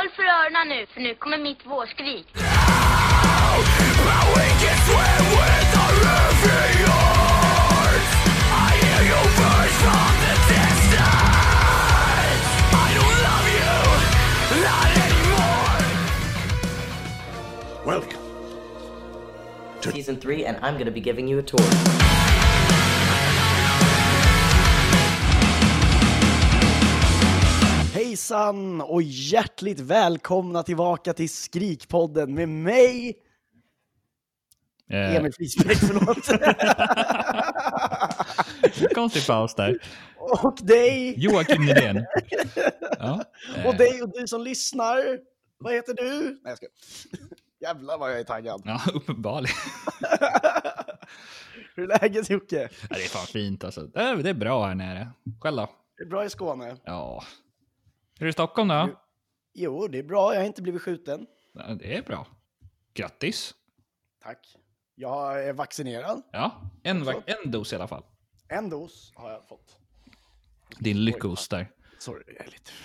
Håll för öronen nu, för nu kommer mitt vårskrik. Welcome to Season 3, and I'm gonna be giving you a tour. Hejsan och hjärtligt välkomna tillbaka till Skrikpodden med mig Emil Flisbäck, förlåt. Konstig paus där. Och dig Joakim Nydén. Ja. Och dig och du som lyssnar. Vad heter du? Nej, jag ska. Jävlar vad jag är taggad. Ja, uppenbarligen. Hur är läget, Jocke? Ja, det är fan fint alltså. Det är bra här nere. Själv då? Det är bra i Skåne. Ja. Hur är det i Stockholm då? Jo, det är bra. Jag har inte blivit skjuten. Ja, det är bra. Grattis. Tack. Jag är vaccinerad. Ja, en dos i alla fall. En dos har jag fått. Din lyckos där. Sorry, jag är lite...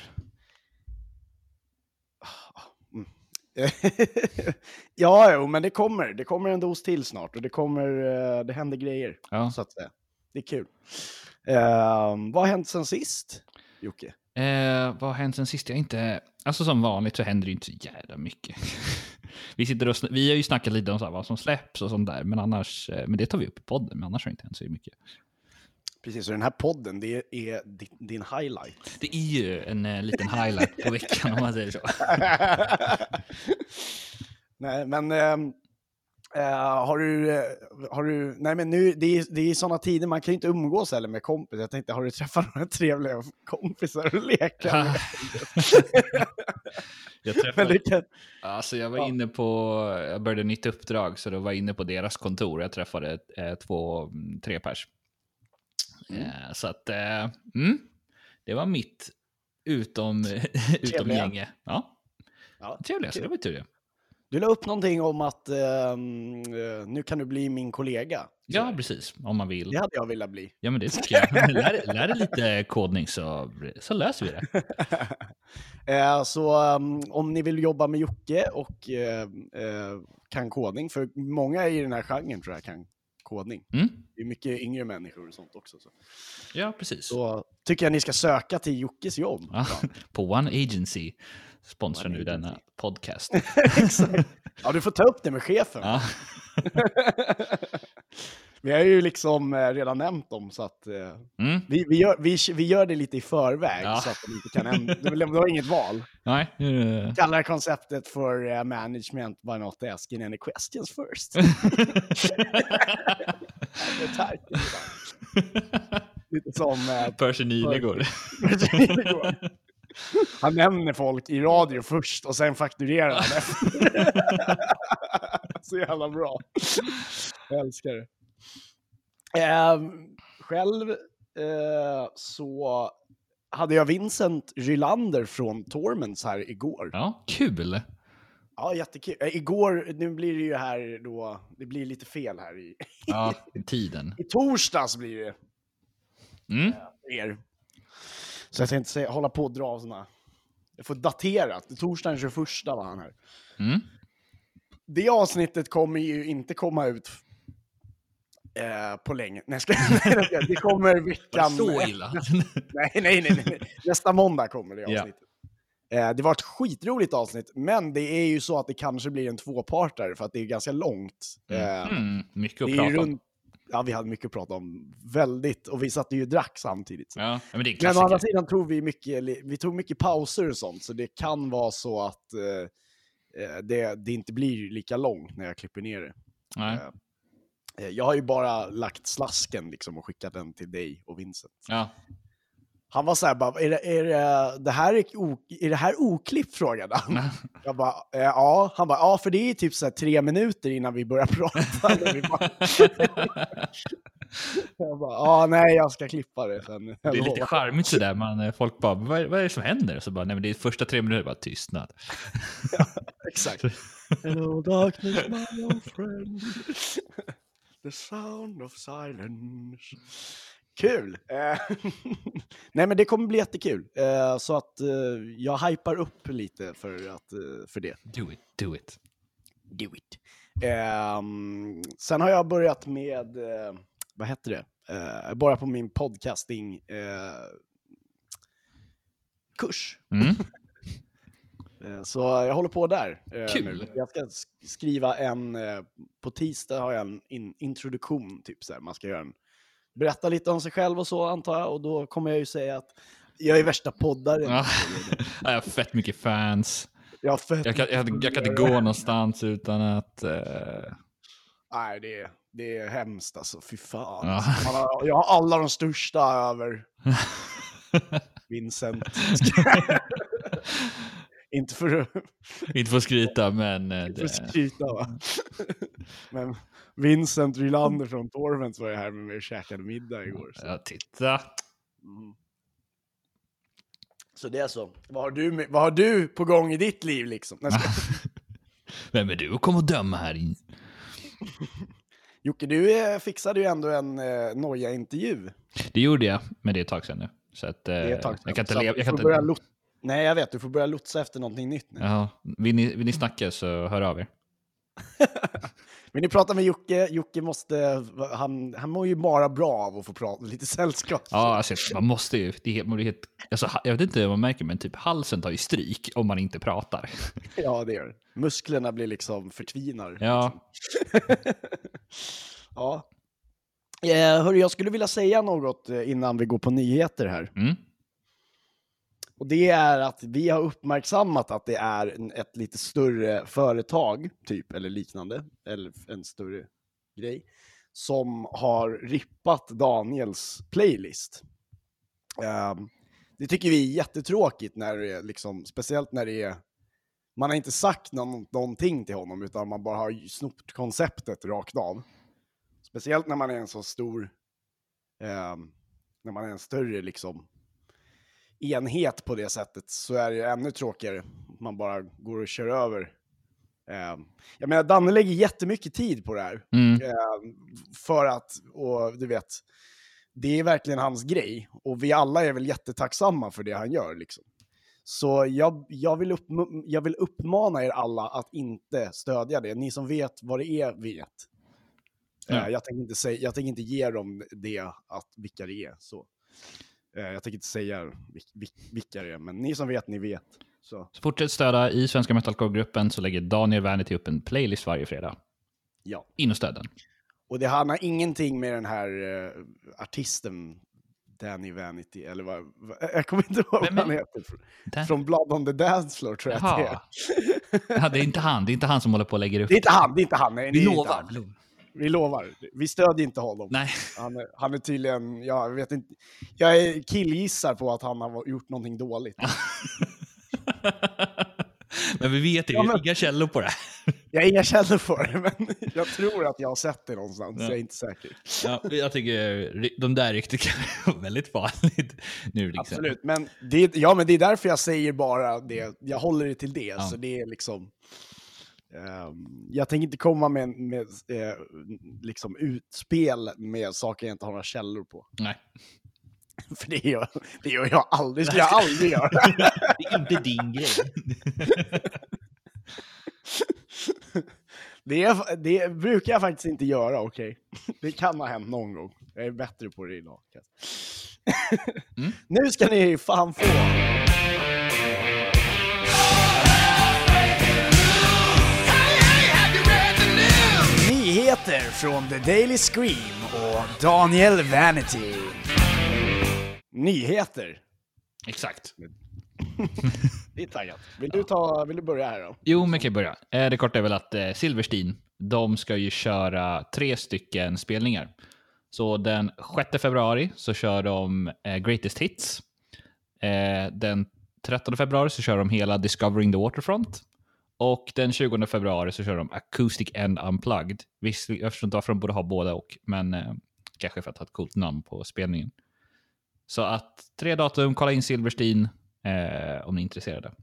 Ja, men det kommer en dos till snart och det händer grejer, så att säga. Det är kul. Vad har hänt sen sist, Jocke? Vad har hänt sen sist? Alltså som vanligt så händer det inte så jävla mycket. Vi har ju snackat lite om så här, vad som släpps och sånt där, men det tar vi upp i podden, men annars har det inte hänt så mycket. Precis, och den här podden, det är din highlight. Det är ju en liten highlight på veckan om man säger så. Nej, men har du nej, men nu det är såna tider man kan inte umgås eller med kompisar. Jag tänkte, har du träffat några trevliga kompisar och leka med? Jag började nytt uppdrag, så då var jag inne på deras kontor. Jag träffade 2-3 pers. Så att det var mitt utom gänge. Ja. Trevligt, så det var tur det. Du la upp någonting om att nu kan du bli min kollega. Ja, precis, om man vill. Det hade jag velat bli. Ja, men det tycker jag. Lär dig lite kodning så löser vi det. Så om ni vill jobba med Jocke och kan kodning, för många i den här genren tror jag kan kodning. Det är mycket yngre människor och sånt också. Så. Ja, precis. Så tycker jag ni ska söka till Jockes jobb. Ja, på One Agency sponsrar nu denna podcast. Exakt. Ja, du får ta upp det med chefen. Ja. Vi har ju liksom redan nämnt dem, så att vi gör det lite i förväg, så att de inte kan ändra. De har inget val. Nej. Kallar konceptet för management by not asking any questions first. Lite som Percy Nilegård. Han nämner folk i radio först och sen fakturerar han efter. Så jävla bra. Jag älskar det. Själv så hade jag Vincent Rylander från Torments här igår. Ja, kul. Ja, jättekul. Igår, nu blir det ju här då, det blir lite fel här i tiden. I torsdags blir det. Er. Så jag tänkte hålla på och dra såna. Jag får daterat. Torsdagen 21 var han här. Det avsnittet kommer ju inte komma ut på länge. Det kommer veckan. Så illa. Nej. Nästa måndag kommer det avsnittet. Det var ett skitroligt avsnitt, men det är ju så att det kanske blir en 2-partare för att det är ganska långt. Mycket att prata om. Ja, vi hade mycket att prata om. Väldigt. Och vi satt ju och drack samtidigt. Ja, men det är men å andra sidan tog vi tog mycket pauser och sånt. Så det kan vara så att det inte blir lika långt när jag klipper ner det. Nej. Jag har ju bara lagt slasken liksom och skickat den till dig och Vincent. Ja. Han var så här, bara, är det här oklippt, frågade han. Jag bara, ja. Han bara, ja, för det är typ så här 3 minuter innan vi börjar prata. Jag bara, ja, nej, jag ska klippa det sen. Det är lite charmigt sådär, folk bara, vad är det som händer? Så bara, nej, men det är första 3 minuter bara tystnad. Ja, exakt. Hello darkness, my old friend. The sound of silence. Kul! Nej, men det kommer bli jättekul. Så att jag hypar upp lite för det. Do it. Sen har jag börjat med, vad heter det? Bara på min podcasting kurs. Så jag håller på där. Kul! Nu. Jag ska skriva på tisdag har jag en introduktion, typ så här. Man ska berätta lite om sig själv och så, antar jag. Och då kommer jag ju säga att jag är värsta poddaren. Ja. Jag har fett mycket fans. Jag kan inte gå någonstans utan att... Nej, det är hemskt alltså. Fy fan. Ja. Jag har alla de största över. Vincent. Inte för att skryta, men... va? Men Vincent Rylander från Torvents var ju här med mig och käkade middag igår. Så. Ja, titta. Så det är så. Vad har du på gång i ditt liv liksom? Vem är du och kom och döma här in? Jocke, du fixade ju ändå en Noja-intervju. Det gjorde jag, men det är ett tag sedan nu. Så att, det är ett tag sedan. Jag kan inte leva. Nej, jag vet. Du får börja lotsa efter någonting nytt nu. Ja, vill ni snacka så hör av er. Men ni pratar med Jocke. Jocke måste... Han mår ju bara bra av att få prata lite sällskap. Ja, alltså, man måste ju... Alltså, jag vet inte vad man märker, men typ halsen tar ju stryk om man inte pratar. Ja, det gör det. Musklerna blir liksom förtvinar. Ja. Ja. Hörru, jag skulle vilja säga något innan vi går på nyheter här. Och det är att vi har uppmärksammat att det är ett lite större företag, typ, eller liknande, eller en större grej, som har rippat Daniels playlist. Det tycker vi är jättetråkigt när det är liksom, speciellt när det är, man har inte sagt någonting till honom, utan man bara har snott konceptet rakt av. Speciellt när man är en så stor, när man är en större liksom enhet på det sättet, så är det ännu tråkigare. Man bara går och kör över. Jag menar, Danne lägger jättemycket tid på det här. För att, och du vet, det är verkligen hans grej. Och vi alla är väl jättetacksamma för det han gör liksom. Så jag vill uppmana er alla att inte stödja det. Ni som vet vad det är vet. Jag tänker inte ge dem det, vilka det är. Så. Jag tänker inte säga vilka det är, men ni som vet, ni vet. Så fortsätt stödja i Svenska Metalcore-gruppen, så lägger Daniel Vanity upp en playlist varje fredag. Ja. In och stöd den. Och det har ingenting med den här artisten Danny Vanity, eller vad jag kommer inte ihåg vad han heter. Från Blood on the Dance Floor, tror jag att det är. Ja, det är inte han som håller på att lägga upp. Det är inte han. Nej, vi lovar. Vi lovar. Vi stödjer inte honom. Nej. Han är tydligen, jag vet inte, jag killgissar på att han har gjort någonting dåligt. Men vi vet ju, vi har inga källor på det. Jag har inga källor på det, men jag tror att jag har sett det någonstans. Ja. Jag är inte säker. Ja, jag tycker de där rykten kan vara väldigt farligt nu. Liksom. Absolut, men det är därför jag säger bara det. Jag håller det till det, ja. Så det är liksom... jag tänker inte komma med liksom utspel med saker jag inte har några källor på. Nej. För det gör jag aldrig. Skulle jag aldrig göra. Det är inte din grej. Det brukar jag faktiskt inte göra, okej. Det kan ha hänt någon gång. Jag är bättre på det idag. Nu ska ni fan få... Nyheter från The Daily Scream och Daniel Vanity. Nyheter. Exakt. Det är taggat. Vill du börja här då? Jo, men kan jag börja. Det korta är väl att Silverstein, de ska ju köra 3 stycken spelningar. Så den 6 februari så kör de Greatest Hits. Den 13 februari så kör de hela Discovering the Waterfront. Och den 20 februari så kör de Acoustic and Unplugged. Visst, jag förstår inte varför de borde ha båda och, men kanske för att ha ett coolt namn på spelningen. Så att 3 datum, kolla in Silverstein om ni är intresserade.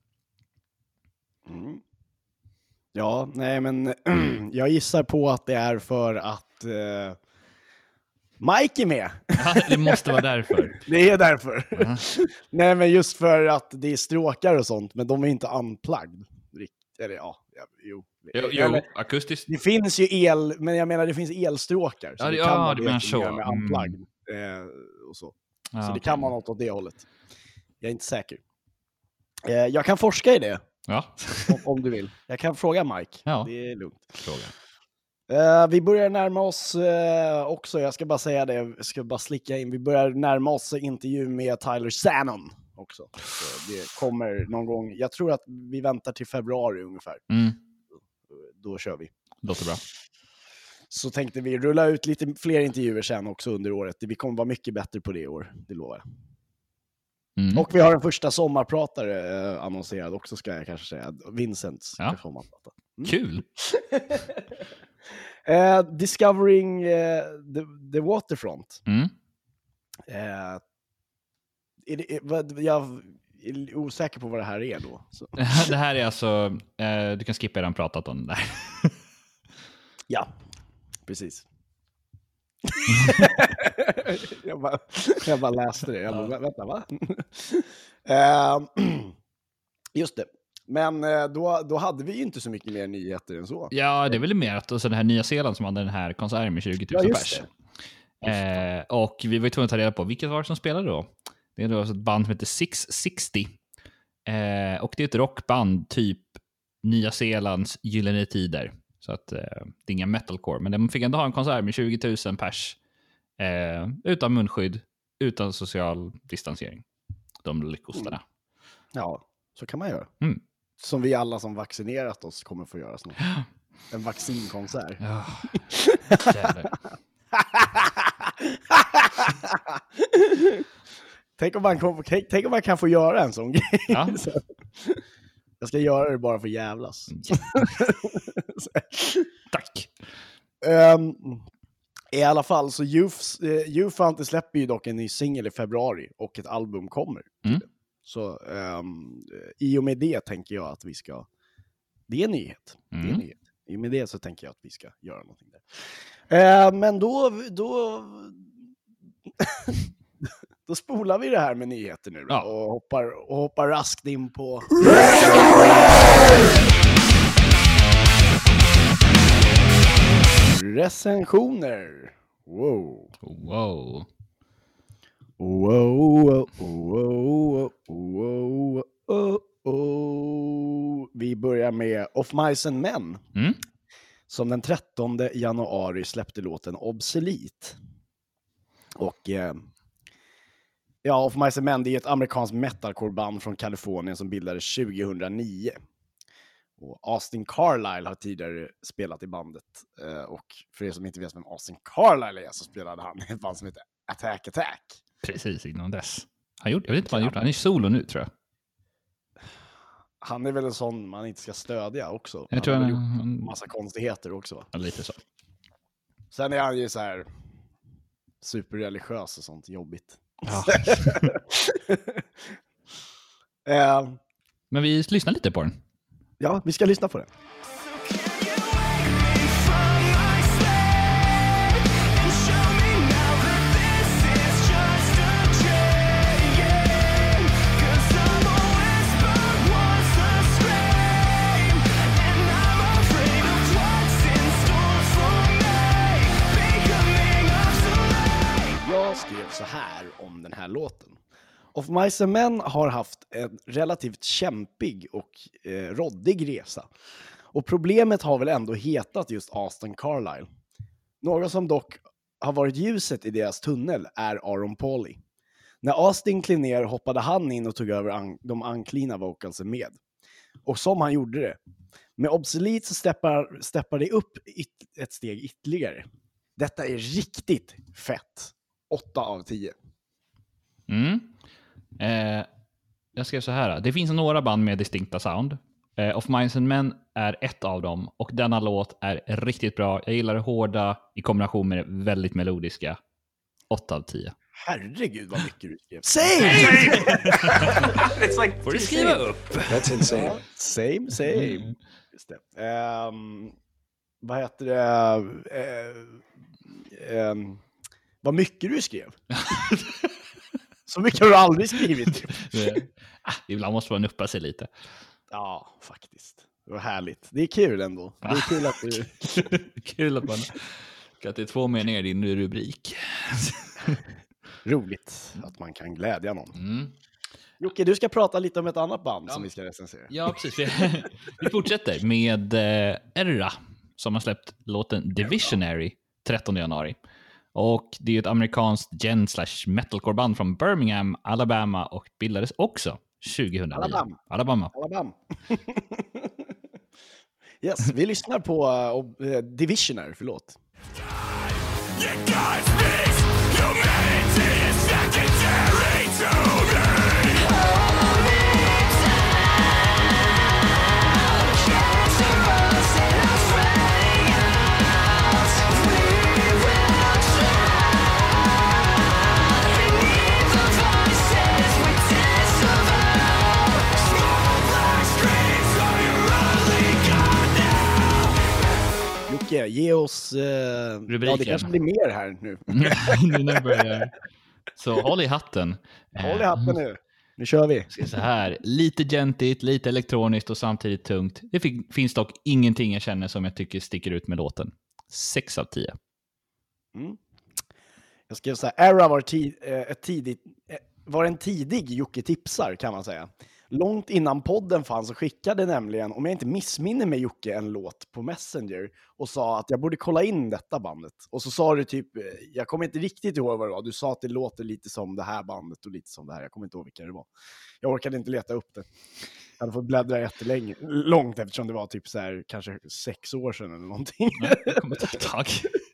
Ja, nej men jag gissar på att det är för att Mike är med. Ja, det måste vara därför. Det är därför. Nej, men just för att det är stråkar och sånt, men de är inte unplugged. Eller jo. Jo, akustiskt. Det finns ju el, men jag menar det finns elstråkar. Så Ja, det kan vara du menar så. med unplugged och så. Ja, Så det kan vara något åt det hållet. Jag är inte säker. Jag kan forska i det. Ja. om du vill. Jag kan fråga Mike. Ja. Det är lugnt. Fråga. Vi börjar närma oss också, jag ska bara säga det, jag ska bara slicka in. Vi börjar närma oss intervju med Tyler Shannon också. Så det kommer någon gång, jag tror att vi väntar till februari ungefär. Då kör vi. Låter bra. Så tänkte vi rulla ut lite fler intervjuer sen också under året. Vi kommer vara mycket bättre på det i år, det lovar jag. Och vi har en första sommarpratare annonserad också, ska jag kanske säga. Vincent ska sommarprata. Kul! Discovering the Waterfront. Jag är osäker på vad det här är då. Så. Det här är alltså, du kan skippa redan pratat om det där. Ja, precis. jag bara läste det. Jag bara, vänta, va? Just det. Men då hade vi ju inte så mycket mer nyheter än så. Ja, det är väl mer att alltså, den här Nya Zeeland som hade den här konserten med 20 000 pers. Och vi var ju tvungna att ta reda på vilket var det som spelade då. Det är då ett band som heter 660. Och det är ett rockband typ Nya Zeelands gyllene tider. Så att det är inga metalcore. Men de fick ändå ha en konsert med 20 000 pers. Utan munskydd. Utan social distansering. De lyckostarna. Ja, så kan man göra. Som vi alla som vaccinerat oss kommer få göra snart. En vaccinkonsert. Ja. Tänk om man kan få göra en sån grej. Ja. Jag ska göra det bara för jävlas. Tack. I alla fall så Youth släpper ju dock en ny singel i februari och ett album kommer. Så i och med det tänker jag att vi ska... Det är en nyhet. Det är en nyhet. I och med det så tänker jag att vi ska göra någonting där. Men då då spolar vi det här med nyheter nu då, och hoppar raskt in på... Recensioner. Wow. Wow. Wow, wow, wow, wow. Vi börjar med Of Mice and Men. Som den 13 januari släppte låten Obsolete. Och Of Mice and Men, det är ett amerikanskt metalcore-band från Kalifornien som bildades 2009. Och Austin Carlile har tidigare spelat i bandet. Och för er som inte vet vem Austin Carlile är så spelade han i ett band som heter Attack Attack. Precis innan dess. Jag vet inte vad han gjort. Han är solo nu, tror jag. Han är väl en sån man inte ska stödja också. Jag tror han har gjort en massa konstigheter också. Ja, lite så. Sen är han ju så här superreligiös och sånt jobbigt. Ja. Men vi lyssnar lite på den. Ja, vi ska lyssna på den. Jag skrev så här om den här låten. Of Mice and Men har haft en relativt kämpig och råddig resa. Och problemet har väl ändå hetat just Austin Carlile. Några som dock har varit ljuset i deras tunnel är Aaron Pauli. När Austin klev ner hoppade han in och tog över de uncleana vocalsen med. Och som han gjorde det. Med Obsolete så steppar det upp ett steg ytterligare. Detta är riktigt fett. 8 av 10. Jag skrev så här. Det finns några band med distinkta sound. Of Mice and Men är ett av dem. Och denna låt är riktigt bra. Jag gillar det hårda i kombination med det väldigt melodiska. 8 av 10. Herregud vad mycket du skrev. Same! It's like, får du skriva upp? That's insane. Same. Just det. Vad heter det? Vad mycket du skrev. Så mycket har du aldrig skrivit. Ibland måste man uppa sig lite. Ja, faktiskt. Det var härligt. Det är kul ändå. Det är kul att du... Kul att det är 2 meningar i din rubrik. Roligt att man kan glädja någon. Jocke, du ska prata lite om ett annat band som vi ska recensera. Ja, precis. Vi fortsätter med Erra som har släppt låten Divisionary 13 januari. Och det är ett amerikanskt gen/metalcore-band från Birmingham, Alabama och bildades också 2009. Alabama. Yes, vi lyssnar på Divisionary, förlåt. Jocke, ge oss... rubriken. Ja, det kanske blir mer här nu. Nu börjar. Så håll i hatten. Håll i hatten nu. Nu kör vi. Så här, lite gentigt, lite elektroniskt och samtidigt tungt. Det finns dock ingenting jag känner som jag tycker sticker ut med låten. 6 av 10. Jag skrev så här, Erra var en tidig Jocke tipsar, kan man säga. Långt innan podden fanns så skickade nämligen, om jag inte missminner mig, Jocke en låt på Messenger och sa att jag borde kolla in detta bandet. Och så sa du typ, jag kommer inte riktigt ihåg vad det var. Du sa att det låter lite som det här bandet och lite som det här. Jag kommer inte ihåg vilka det var. Jag orkade inte leta upp det. Jag hade fått bläddra jättelänge, långt eftersom det var typ så här, kanske 6 år sedan eller någonting. Ja, det kommer ta ett tag.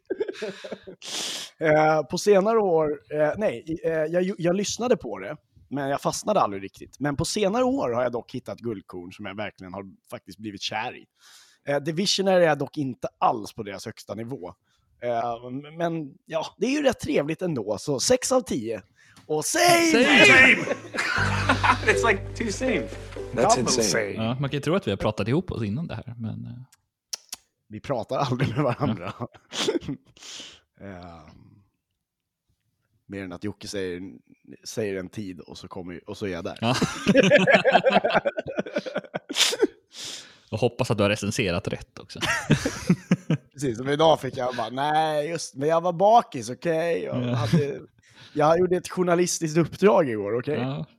På senare år, jag lyssnade på det. Men jag fastnade aldrig riktigt. Men på senare år har jag dock hittat guldkorn som jag verkligen har faktiskt blivit kär i. Divisionary är dock inte alls på deras högsta nivå. Men ja, det är ju rätt trevligt ändå. Så 6 av 10. Och same! It's like too same. That's insane. Ja, man kan ju tro att vi har pratat ihop oss innan det här. Men... Vi pratar aldrig med varandra. Mer än att Jocke säger en tid och så är jag där. Ja. Och hoppas att du har recenserat rätt också. Precis, som idag fick jag bara, men jag var bakis, okej? Okay? Jag gjorde ett journalistiskt uppdrag igår, okej? Okay? Ja.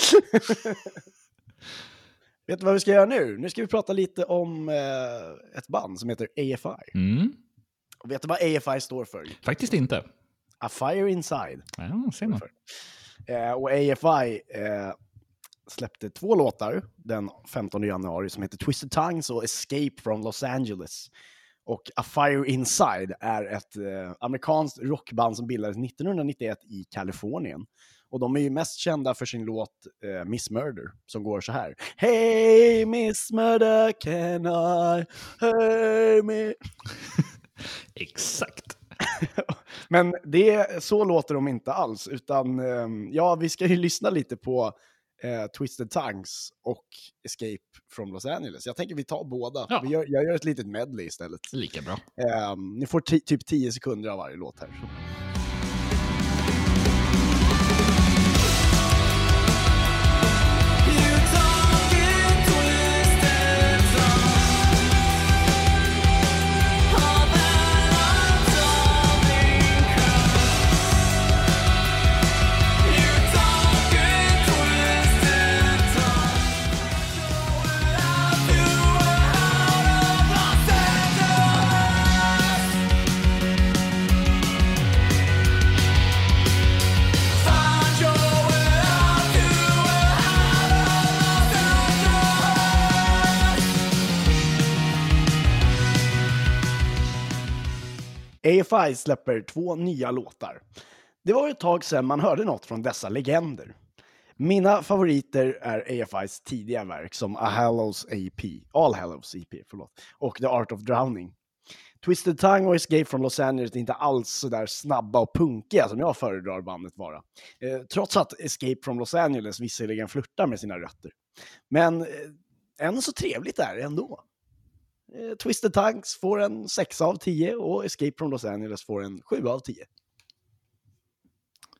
Vet du vad vi ska göra nu? Nu ska vi prata lite om ett band som heter AFI. Och vet du vad AFI står för? Faktiskt inte. A Fire Inside. Ja, ser man. Och AFI släppte 2 låtar den 15 januari som heter Twisted Tongues och Escape from Los Angeles. Och A Fire Inside är ett amerikanskt rockband som bildades 1991 i Kalifornien. Och de är ju mest kända för sin låt Miss Murder, som går så här. Hey Miss Murder, can I hear me? Exakt. Men så låter de inte alls, utan vi ska ju lyssna lite på Twisted Tongues och Escape from Los Angeles. Jag tänker vi tar båda. Ja. Jag gör ett litet medley istället. Lika bra. Ni får typ 10 sekunder av varje låt här. AFI släpper 2 nya låtar. Det var ett tag sedan man hörde något från dessa legender. Mina favoriter är AFIs tidiga verk som All Hallows EP, och The Art of Drowning. Twisted Tongue och Escape from Los Angeles är inte alls så där snabba och punkiga som jag föredrar bandet vara. Trots att Escape from Los Angeles visserligen flirtar med sina rötter. Men än så trevligt är det ändå. Twisted Tongues får en 6 av 10 och Escape from Los Angeles får en 7 av 10.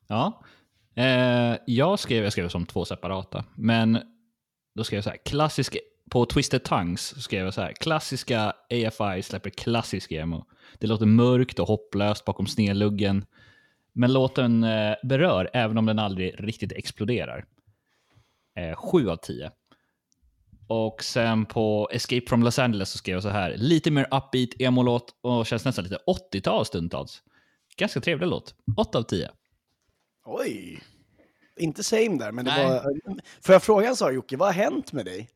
Ja. Jag skrev som 2 separata. Men då skrev jag så här. På Twisted Tongues skrev jag så här. Klassiska AFI släpper klassisk emo. Det låter mörkt och hopplöst bakom snedluggen. Men låten berör även om den aldrig riktigt exploderar. 7 av 10. Och sen på Escape from Los Angeles så skrev jag så här. Lite mer upbeat emo-låt och känns nästan lite 80-tal stundtals. Ganska trevlig låt. 8 av 10. Oj. Inte same där, men det var... Får jag fråga en sak, Jocke? Vad har hänt med dig?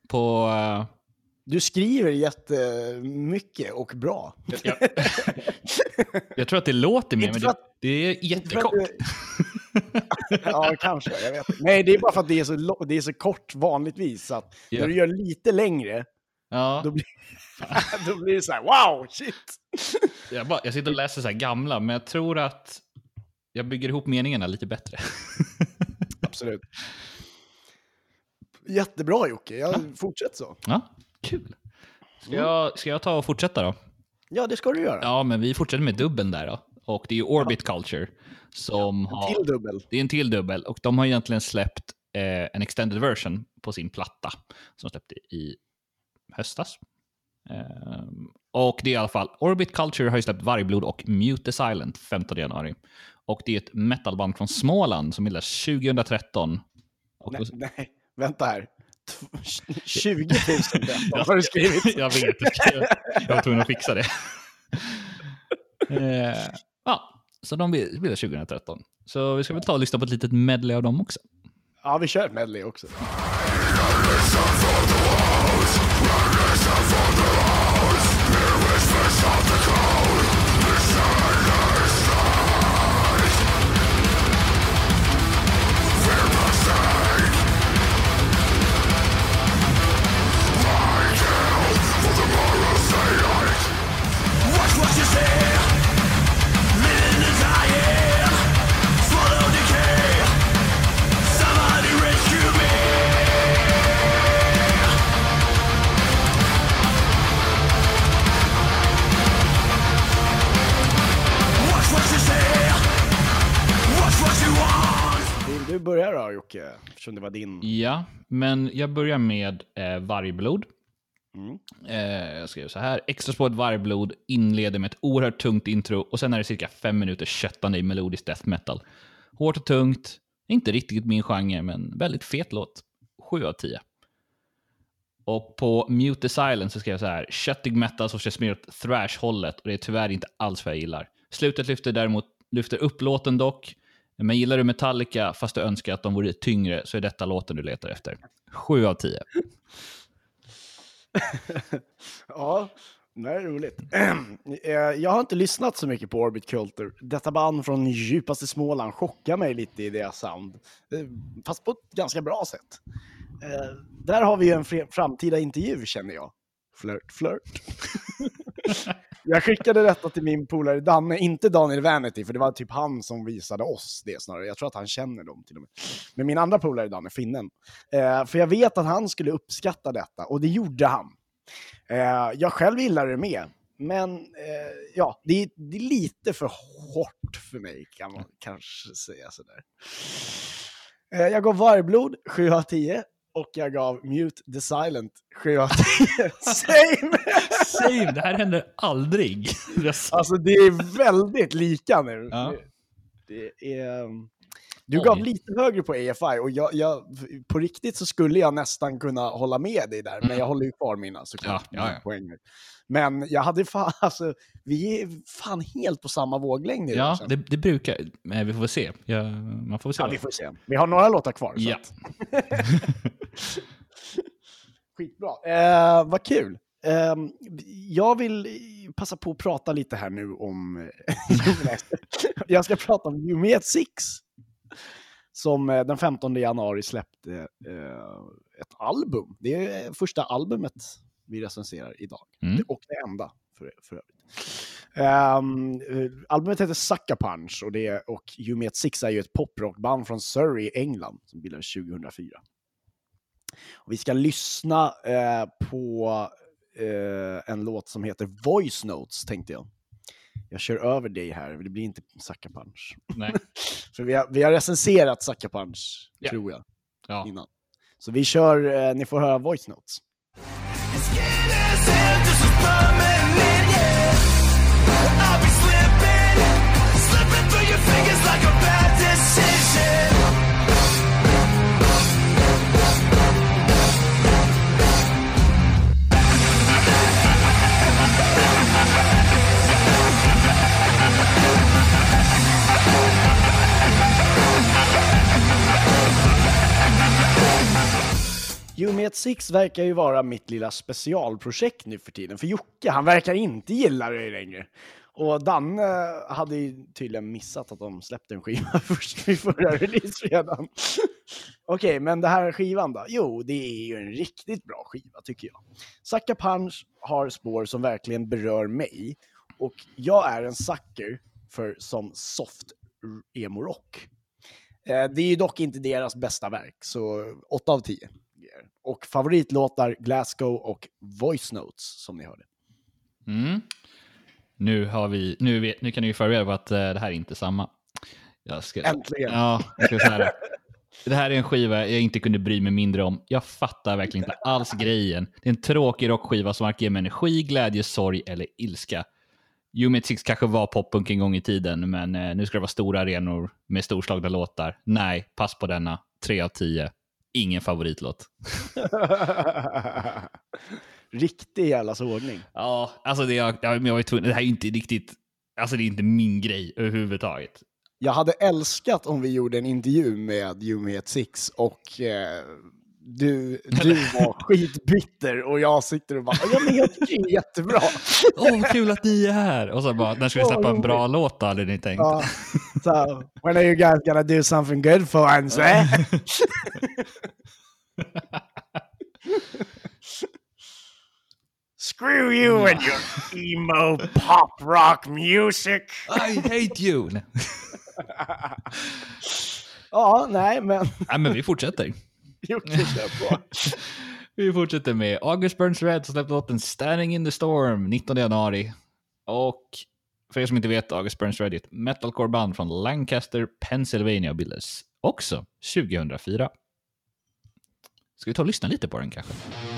Du skriver jättemycket och bra. Jag tror att det låter mer, men det är jättekort. Ja, kanske. Jag vet. Nej, det är bara för att det är så kort vanligtvis. Så att när du gör lite längre, då blir det så här, wow, shit. Jag sitter och läser så här gamla, men jag tror att jag bygger ihop meningarna lite bättre. Absolut. Jättebra, Jocke. Fortsätt så. Ja, kul. Ska jag ta och fortsätta då? Ja, det ska du göra. Ja, men vi fortsätter med dubben där då. Och det är ju Orbit Culture som har... till dubbel. Det är en till dubbel. Och de har egentligen släppt en extended version på sin platta. Som de släppte i höstas. Och det är i alla fall... Orbit Culture har ju släppt Vargblod och Mute the Silent 15 januari. Och det är ett metalband från Småland som bildades 2013. Och nej, vänta här. 20 000 har du skrivit. Jag vet, jag var tvungen att fixa det. Så de bildades 2013. Så vi ska väl ta och lyssna på ett litet medley av dem också. Ja, vi kör ett medley också. Du börjar då, Jocke, eftersom det var din. Ja, men jag börjar med Vargblod. Jag skrev så här. Extra spåret Vargblod inleder med ett oerhört tungt intro och sen är det cirka 5 minuter köttande i melodisk death metal. Hårt och tungt, inte riktigt min genre, men väldigt fet låt. 7 av 10. Och på Mute the Silence så skrev jag så här. Köttig metal som känns mer åt thrash-hållet och det är tyvärr inte alls vad jag gillar. Slutet lyfter upp låten dock. Men gillar du Metallica fast du önskar att de vore tyngre så är detta låten du letar efter. 7 av 10. Ja, det är roligt. Jag har inte lyssnat så mycket på Orbit Culture. Detta band från djupaste Småland chockar mig lite i deras sound. Fast på ett ganska bra sätt. Där har vi ju en framtida intervju, känner jag. Flört. Jag skickade detta till min polare Danne, inte Daniel Vanity, för det var typ han som visade oss det snarare. Jag tror att han känner dem till och med. Men min andra polare Danne, finnen. För jag vet att han skulle uppskatta detta, och det gjorde han. Jag själv gillar det med. Men ja, det är lite för hårt för mig, kan man kanske säga sådär. Jag gav Vargblod 7 av 10. Och jag gav Mute the Silent 7 av 10. Same, det här händer aldrig. Alltså det är väldigt lika nu. Ja. Det är... Du gav lite högre på AFI och jag på riktigt så skulle jag nästan kunna hålla med dig där. Men jag håller ju kvar mina såklart. Ja. Poänger. Men jag hade alltså, vi är fan helt på samma våglängd. Ja, det brukar. Men vi får väl se. Man får väl se. Ja, vi får se. Vi har några låtar kvar. Så ja. Skitbra. Vad kul. Jag vill passa på att prata lite här nu om... jag ska prata om You Met Six. Som den 15 januari släppte ett album. Det är första albumet vi recenserar idag. Och det enda för övrigt. Albumet heter Sucker Punch och You Met Six är ju ett poprockband från Surrey, England, som bildades 2004. Och vi ska lyssna på en låt som heter Voice Notes, tänkte jag. Jag kör över dig här, det blir inte Sucker Punch. Nej. För vi har recenserat Sucker Punch, tror jag, innan. Så vi kör, ni får höra voice notes. You Met Six verkar ju vara mitt lilla specialprojekt nu för tiden. För Jocke, han verkar inte gilla det längre. Och Danne hade ju tydligen missat att de släppte en skiva först vid förra release redan. Okej, men det här skivan då? Jo, det är ju en riktigt bra skiva tycker jag. Sucker Punch har spår som verkligen berör mig. Och jag är en sucker för som soft emo-rock. Det är ju dock inte deras bästa verk, så 8 av 10. Och favoritlåtar Glasgow och Voice Notes som ni hörde. Nu kan ni ju förbereda på att det här är inte samma. Äntligen. Ja, jag ska säga det. Det här är en skiva jag inte kunde bry mig mindre om. Jag fattar verkligen inte alls grejen. Det är en tråkig rockskiva som varken ger mig energi, glädje, sorg eller ilska. You Met Six kanske var poppunk en gång i tiden, men nu ska det vara stora arenor med storslagna låtar. Nej, pass på denna. 3 av 10. Ingen favoritlåt. Riktig jävla sågning. Ja, alltså det här är inte riktigt, alltså det är inte min grej överhuvudtaget. Jag hade älskat om vi gjorde en intervju med You Met Six och du var skitbitter och jag sitter och bara, ja men jag tycker det är jättebra. Kul att ni är här. Och så bara, när ska vi släppa en bra låt då, hade ni tänkt? Ja, so, when are you guys gonna do something good for us, eh? Screw you and your emo pop rock music. I hate you. Ja, nej men... Nej, men vi fortsätter. Vi fortsätter med August Burns Red som släppte låten Standing in the Storm 19 januari. Och för er som inte vet, August Burns Red är ett metalcore-band från Lancaster, Pennsylvania, bildades också 2004. Ska vi ta och lyssna lite på den kanske?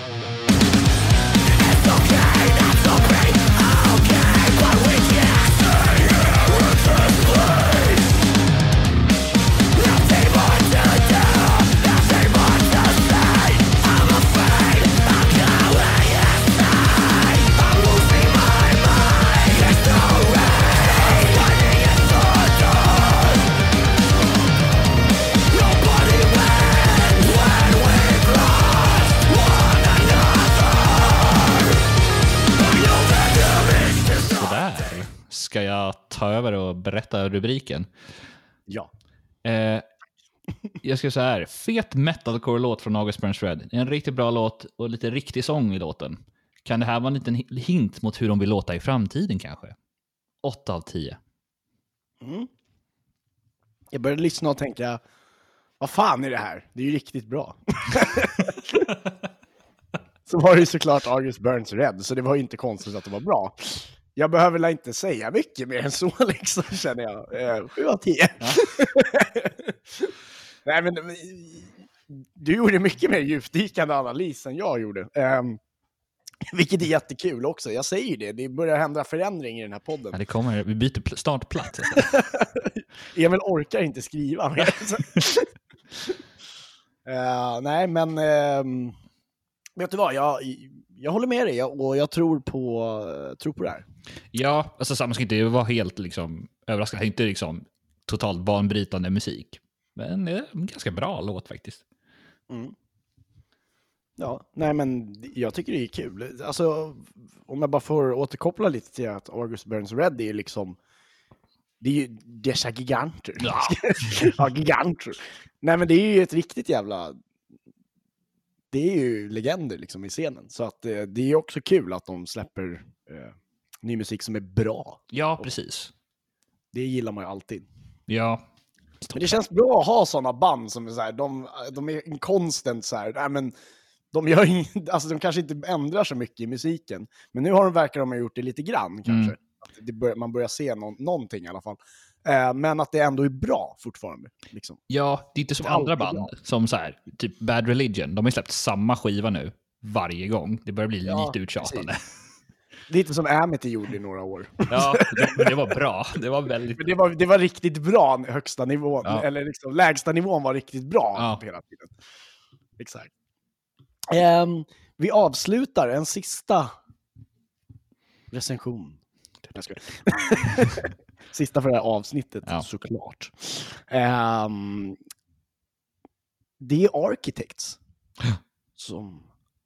Ska jag ta över och berätta rubriken? Ja. Jag ska säga här. Fet metalcore-låt från August Burns Red. En riktigt bra låt och lite riktig sång i låten. Kan det här vara en liten hint mot hur de vill låta i framtiden kanske? 8 av 10. Jag började lyssna och tänka, vad fan är det här? Det är ju riktigt bra. Så var det ju såklart August Burns Red, så det var ju inte konstigt att det var bra. Jag behöver väl inte säga mycket mer än så liksom, känner jag. 7 av 10. Ja. Nej, men du gjorde mycket mer djupdykande analys än jag gjorde. Vilket är jättekul också. Jag säger ju det börjar hända förändring i den här podden. Ja, det kommer. Vi byter startplats. Emil orkar inte skriva mer. Nej, men vet du vad? Jag håller med dig och jag tror på det här. Ja, alltså man ska inte vara helt liksom överraskad. Inte liksom totalt banbrytande musik. Men det är en ganska bra låt faktiskt. Ja, nej men jag tycker det är kul. Alltså, om jag bara får återkoppla lite till att August Burns Red är liksom, det är ju dessa giganter. Ja, giganter. Nej men det är ju ett riktigt jävla, det är ju legender liksom i scenen. Så att det är också kul att de släpper ny musik som är bra. Ja, precis. Det gillar man ju alltid. Ja. Men det känns bra att ha sådana band som är så här, de är en konstant så här, nej men de gör alltså de kanske inte ändrar så mycket i musiken, men nu verkar de ha gjort det lite grann kanske. Man börjar se någonting i alla fall. Men att det ändå är bra fortfarande. Liksom. Ja, det är inte som andra band. Som så här, typ Bad Religion. De har ju släppt samma skiva nu varje gång. Det börjar bli lite uttjatande. Lite som Amity gjorde i några år. Ja, det var bra. Det var väldigt bra. Det var riktigt bra högsta nivån. Ja. Eller liksom, lägsta nivån var riktigt bra hela tiden. Exakt. Vi avslutar en sista recension. Sista för det här avsnittet, såklart. Det är Architects. Som...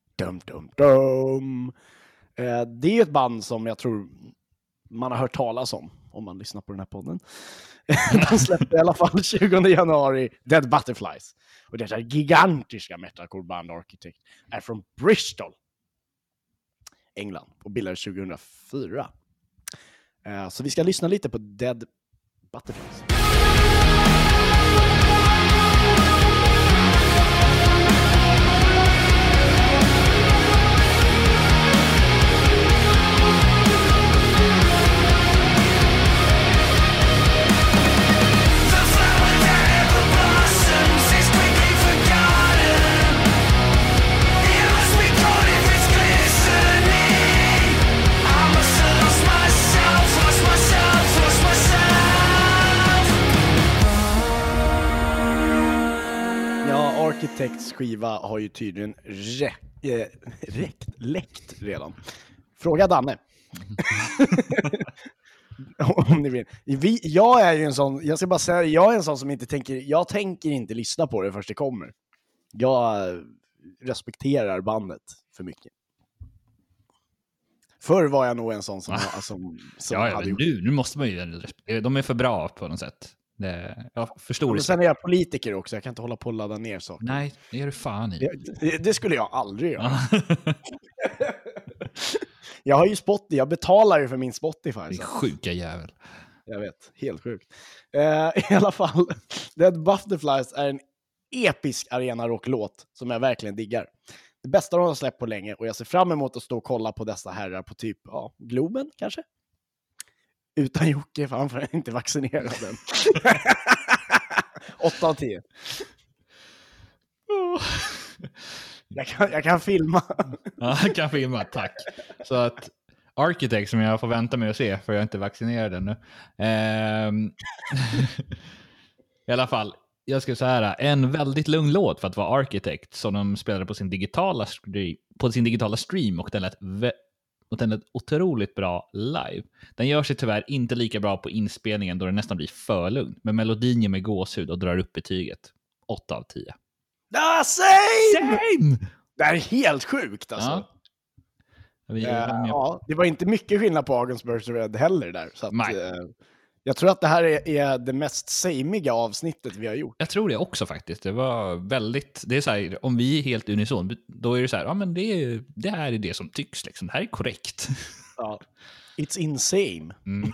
det är ju ett band som jag tror man har hört talas om man lyssnar på den här podden. De släppte i alla fall 20 januari Dead Butterflies. Och det här gigantiska metalcore-band Architect är från Bristol, England, och bildades 2004. Så vi ska lyssna lite på Dead Butterflies. Architects skiva har ju tydligen läckt redan. Fråga Danne. Om ni vill. Jag är ju en sån, jag ska bara säga, jag är en sån som inte tänker inte lyssna på det först det kommer. Jag respekterar bandet för mycket. Förr var jag nog en sån som hade gjort. Nu måste man ju, de är för bra på något sätt. Jag förstår det. Sen är jag politiker också, jag kan inte hålla på att ladda ner saker. Nej, det är du fan i. Det skulle jag aldrig göra. Jag har ju Spotify, jag betalar ju för min Spotify. Det är sjuka jävel. Jag vet, helt sjukt. I alla fall, Dead Butterflies är en episk arena-rocklåt som jag verkligen diggar. Det bästa de har släppt på länge, och jag ser fram emot att stå och kolla på dessa herrar på typ Globen kanske? Utan Jocke, för han får inte vaccinera den. 8 av 10. Jag kan filma. Ja, jag kan filma, tack. Så att Architect, som jag får vänta med att se, för jag är inte vaccinerad ännu. I alla fall, jag ska säga en väldigt lugn låt för att vara Architect, som de spelade på sin digitala stream, och den lät otroligt bra live. Den gör sig tyvärr inte lika bra på inspelningen, då den nästan blir för lugn. Men melodin ger mig gåshud och drar upp betyget 8 av 10. Same! Det är helt sjukt alltså. Ja. Det var inte mycket skillnad på August Burst Red heller där. Så att, jag tror att det här är det mest samiga avsnittet vi har gjort. Jag tror det också faktiskt. Det var väldigt... Det är så här, om vi är helt unison, då är det så här, ja men det här är det som tycks liksom. Det här är korrekt. Ja. It's insane. Mm.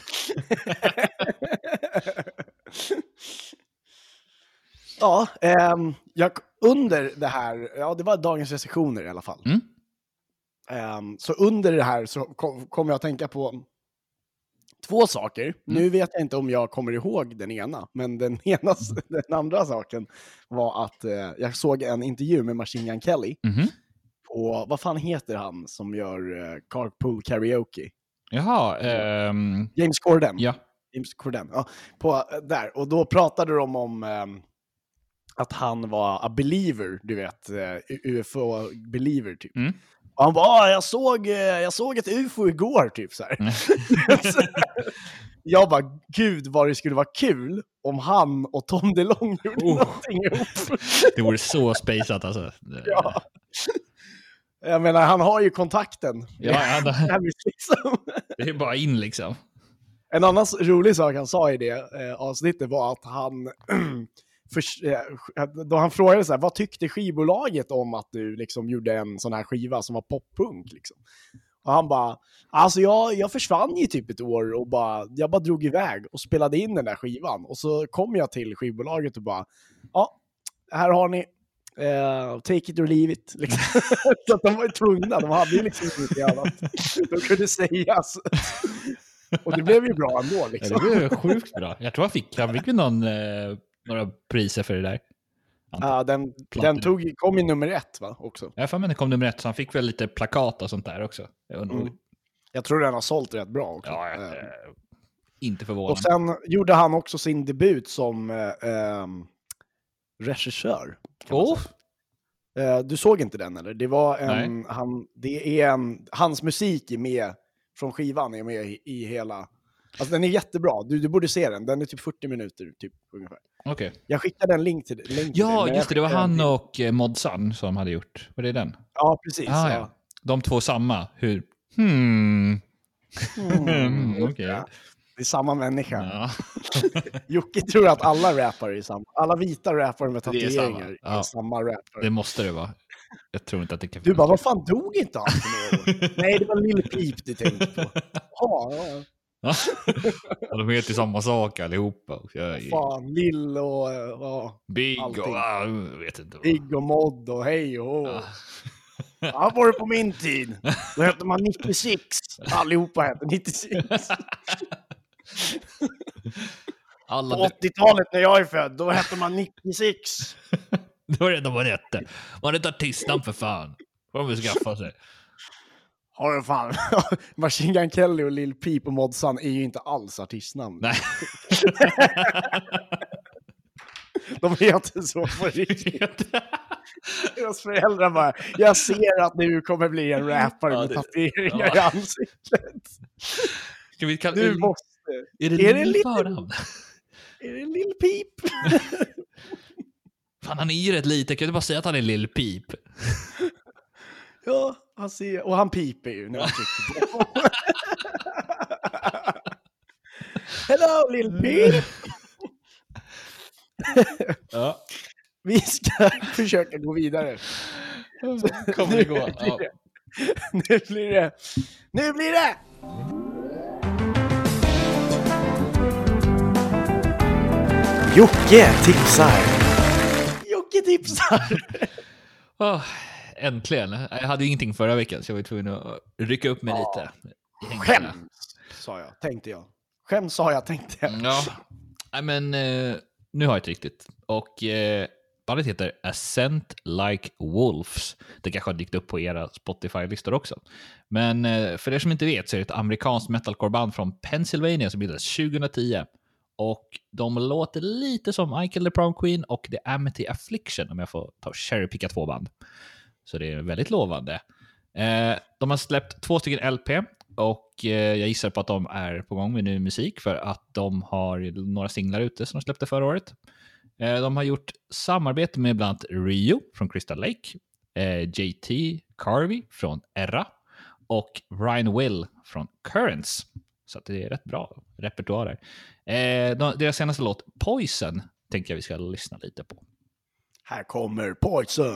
Ja, under det här, det var dagens recensioner i alla fall. Så under det här så kom jag att tänka på 2 saker. Nu vet jag inte om jag kommer ihåg den ena, men den andra saken var att jag såg en intervju med Machine Gun Kelly. Och vad fan heter han som gör Carpool Karaoke? Jaha. James Corden. Ja. James Corden. Ja, där. Och då pratade de om att han var a believer, du vet. UFO-believer typ. Och han bara, jag såg ett UFO igår typ så här. Jag bara, gud vad det skulle vara kul om han och Tom DeLonge gjorde någonting ihop. Det vore så spaceat alltså. Ja. Jag menar, han har ju kontakten. Ja, det är bara in liksom. En annan rolig sak han sa i det avsnittet var att han då han frågade så här, vad tyckte skivbolaget om att du liksom gjorde en sån här skiva som var poppunk liksom? Och han bara, alltså jag försvann ju typ ett år och jag bara drog iväg och spelade in den där skivan, och så kom jag till skivbolaget och bara, ja, här har ni take it or leave it liksom. Så att de var ju tvungna, de hade ju liksom inte annat de kunde säga. Och det blev ju bra ändå liksom. Ja, det blev sjukt bra. Jag tror han fick några priser för det där. Ja, den kom i nummer 1 va, också. Jag för mig den kom nummer 1, så han fick väl lite plakat och sånt där också. Jag tror den har sålt rätt bra också. Ja, inte förvånad. Och sen gjorde han också sin debut som regissör. Du såg inte den eller? Det var hans musik är med från skivan, är med i hela. Alltså den är jättebra. Du borde se den. Den är typ 40 minuter typ ungefär. Okay. Jag skickade en länk till ja, just det. Det var han och Modsan som hade gjort. Var det den? Ja, precis. Ja. De två samma. Hur? Okej. Ja, det är samma människa. Ja. Jocke tror att alla rappare är samma. Alla vita rappare med tatueringar är samma rappare. Det måste det vara. Jag tror inte att det kan. Du bara, vad fan dog inte han för några år? Nej, det var Lil Peep du tänkte på. Ja. De heter ju samma sak allihopa. Fan, Lill och Big allting. och jag vet inte. Big och Mod och hej och ja, var det på min tid. Då hette man 96. Allihopa hette 96. På 80-talet när jag är född, då hette man 96. Då är det man hette. Man hette artistnamn för fan. Vad vi skaffa sig. Har du fan. Machine Gun Kelly och Lil Peep och Modsan är ju inte alls artistnamn. Nej. De heter så på riktigt. Deras föräldrar bara, jag ser att nu kommer bli en rappare med tatueringar i ansiktet. Ska vi kalla du måste. Är det Lil Peep? Fan, han är ju rätt lite. Kan du bara säga att han är Lil Peep? Ja, han ser. Och han piper ju när han trycker på. Hello, Lil Peep! Ja. Vi ska försöka gå vidare. Kommer det gå? Nu blir det! Jocke tipsar! Äntligen. Jag hade ju ingenting förra veckan, så jag var tvungen att rycka upp mig lite. Skäms, sa jag, tänkte jag. Skäms, sa jag, tänkte jag. Ja, men nu har jag ett riktigt. Och bandet heter Ascent Like Wolves. Det kanske har dykt upp på era Spotify-listor också. Men för er som inte vet så är det ett amerikanskt metalcore-band från Pennsylvania som bildades 2010. Och de låter lite som I Killed the Prom Queen och The Amity Affliction, om jag får ta cherrypicka 2 band. Så det är väldigt lovande. De har släppt 2 stycken LP och jag gissar på att de är på gång med ny musik för att de har några singlar ute som de släppte förra året. De har gjort samarbete med bland annat Rio från Crystal Lake, JT Carvey från Erra och Ryan Will från Currents. Så att det är rätt bra repertoar där. Deras senaste låt, Poison, tänker jag vi ska lyssna lite på. Här kommer Poison.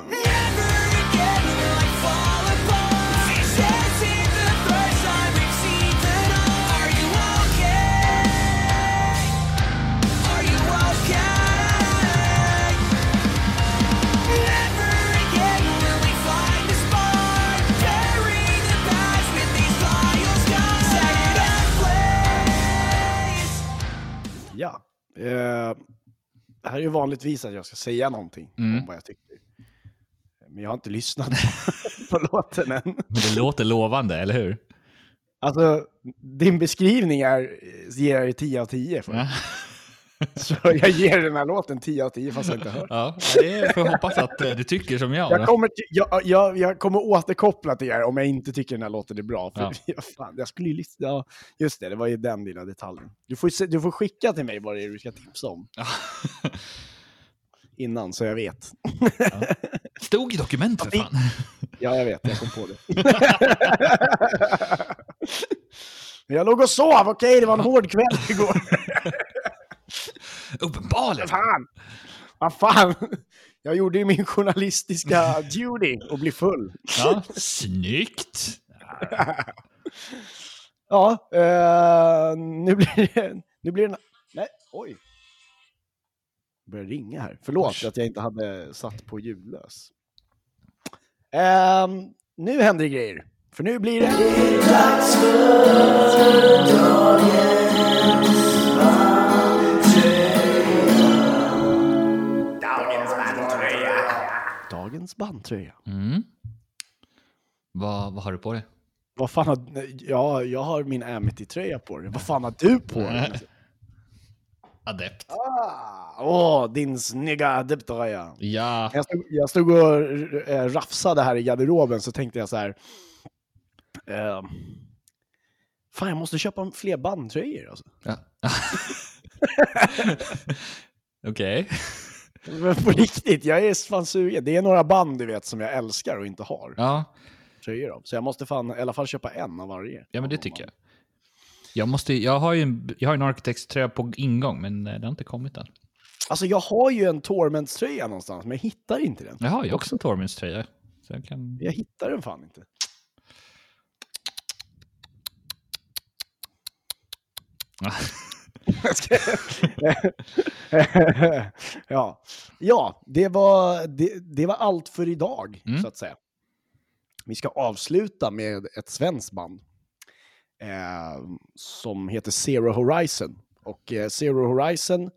Ja, det här är ju vanligtvis att jag ska säga någonting om vad jag tycker. Men jag har inte lyssnat på låten än. Men det låter lovande, eller hur? Alltså, din beskrivning ger jag 10 av 10 för. Ja. Så jag ger den här låten 10 av 10 fast jag inte hört. Ja, det får jag hoppas att du tycker som jag. Jag kommer återkoppla till er om jag inte tycker den här låten är bra. För jag skulle ju lyssna. Ja, just det var ju den lilla detaljen. Du får skicka till mig vad det är du ska tipsa om. Ja. Innan, så jag vet. Ja. Stod i dokument för fan. Ja, jag vet. Jag kom på det. Jag låg och sov, okej? Det var en hård kväll igår. Uppenbarligen. Vad fan? Jag gjorde ju min journalistiska duty och bli full. Ja, snyggt. Ja, nu blir det... Nej, oj. Det börjar ringa här. Förlåt att jag inte hade satt på ljudlös. Nu händer det grejer. För nu blir det dags för dagens bandtröja. Vad har du på dig? Vad fan har... Ja, jag har min Amity-tröja på dig. Vad fan har du på dig? Adept. Din snygga adeptröja. Ja. Jag stod och rafsade här i garderoben, så tänkte jag så här... fan, jag måste köpa fler bandtröjor alltså. Ja. Okej. Men på riktigt, jag är fan sugen. Det är några band, du vet, som jag älskar och inte har Ja. tröjor av. Så jag måste fan i alla fall köpa en av varje. Ja, men det tycker jag. Jag har ju en Architects-tröja på ingång, men det har inte kommit än. Alltså jag har ju en Torments-tröja någonstans, men jag hittar inte den. Jag har ju också en Torments-tröja. Så jag hittar den fan inte. Ja, det var allt för idag, så att säga. Vi ska avsluta med ett svenskt band som heter Zero Horizon. Och Zero Horizon,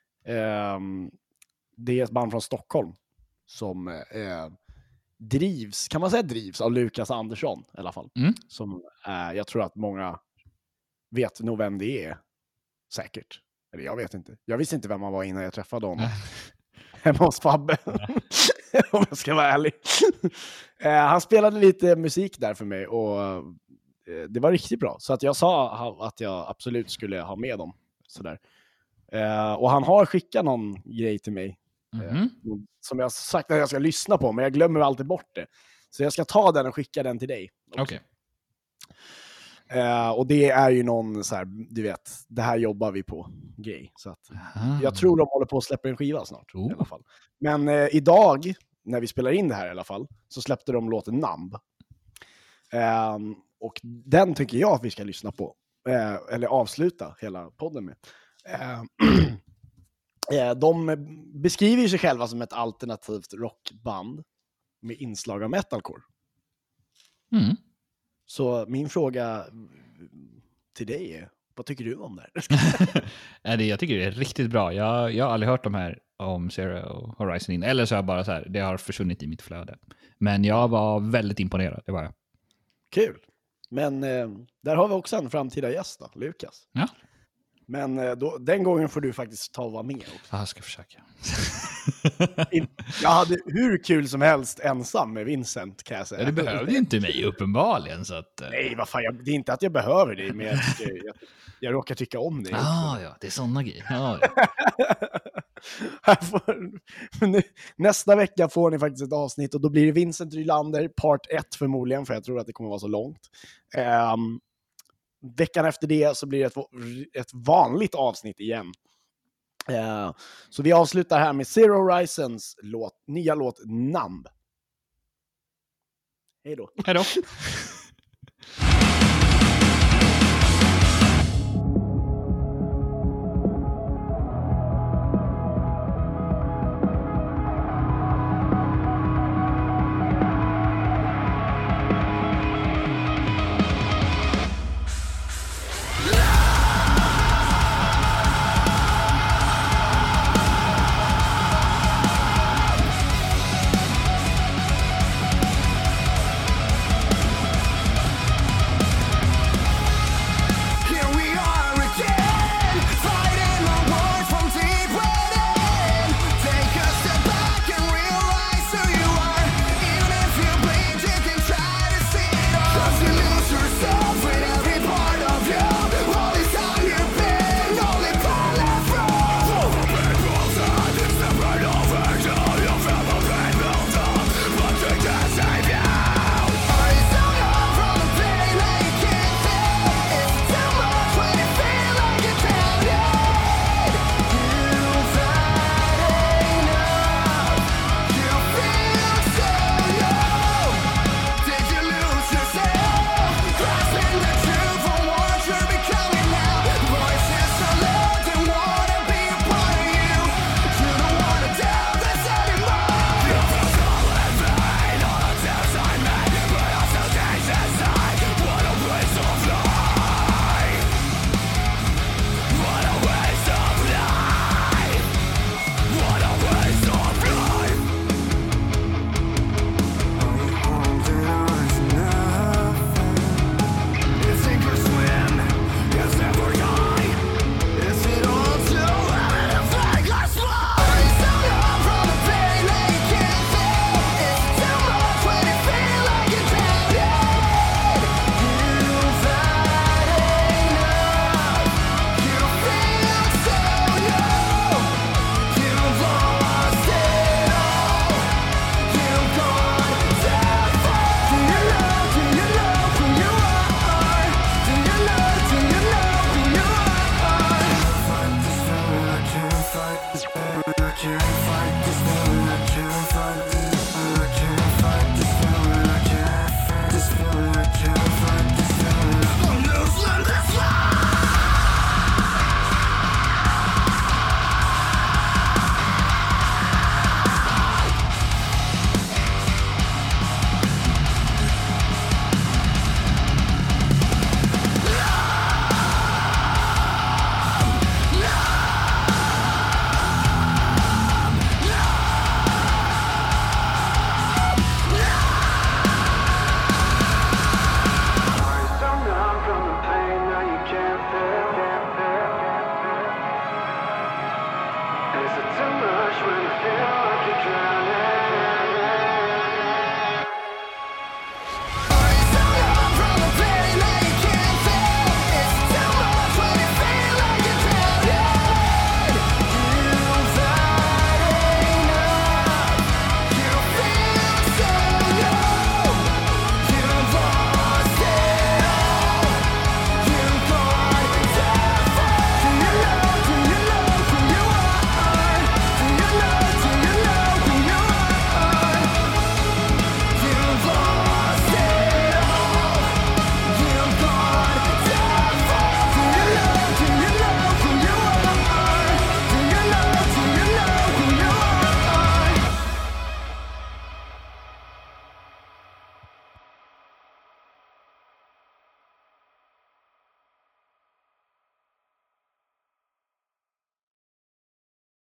det är ett band från Stockholm som drivs, kan man säga drivs, av Lukas Andersson i alla fall. Som jag tror att många vet nog vem det är, säkert. Eller jag vet inte. Jag visste inte vem man var innan jag träffade honom. Hemma hos Fabbe. Om jag ska vara ärlig. Han spelade lite musik där för mig och det var riktigt bra. Så att jag sa att jag absolut skulle ha med dem. Sådär. Och han har skickat någon grej till mig. Som jag sagt att jag ska lyssna på, men jag glömmer alltid bort det. Så jag ska ta den och skicka den till dig. Okej. Och det är ju någon så här, du vet, det här jobbar vi på grej. Så att jag tror de håller på att släppa en skiva snart i alla fall. Men idag, när vi spelar in det här i alla fall, så släppte de låten Numb. Och den tycker jag att vi ska lyssna på. Eller avsluta hela podden med. De beskriver sig själva som ett alternativt rockband med inslag av metalcore. Så min fråga till dig är, vad tycker du om det här? Jag tycker det är riktigt bra. Jag har aldrig hört de här om Zero Horizon in. Eller så är jag bara så här, det har försvunnit i mitt flöde. Men jag var väldigt imponerad, det var jag. Kul. Men där har vi också en framtida gäst då, Lukas. Ja. Men den gången får du faktiskt ta och vara med också. Jag ska försöka. Jag hade hur kul som helst ensam med Vincent, kan jag säga. Du behövde ju inte mig uppenbarligen. Så att, Nej, vad fan, det är inte att jag behöver dig, men jag råkar tycka om dig. Ja, det är sådana grejer. Ja. Nästa vecka får ni faktiskt ett avsnitt och då blir det Vincent Rylander, part 1 förmodligen, för jag tror att det kommer vara så långt. Veckan efter det så blir det ett vanligt avsnitt igen. Så vi avslutar här med Zero Horizons nya låt Numb. Hej då. Hej då.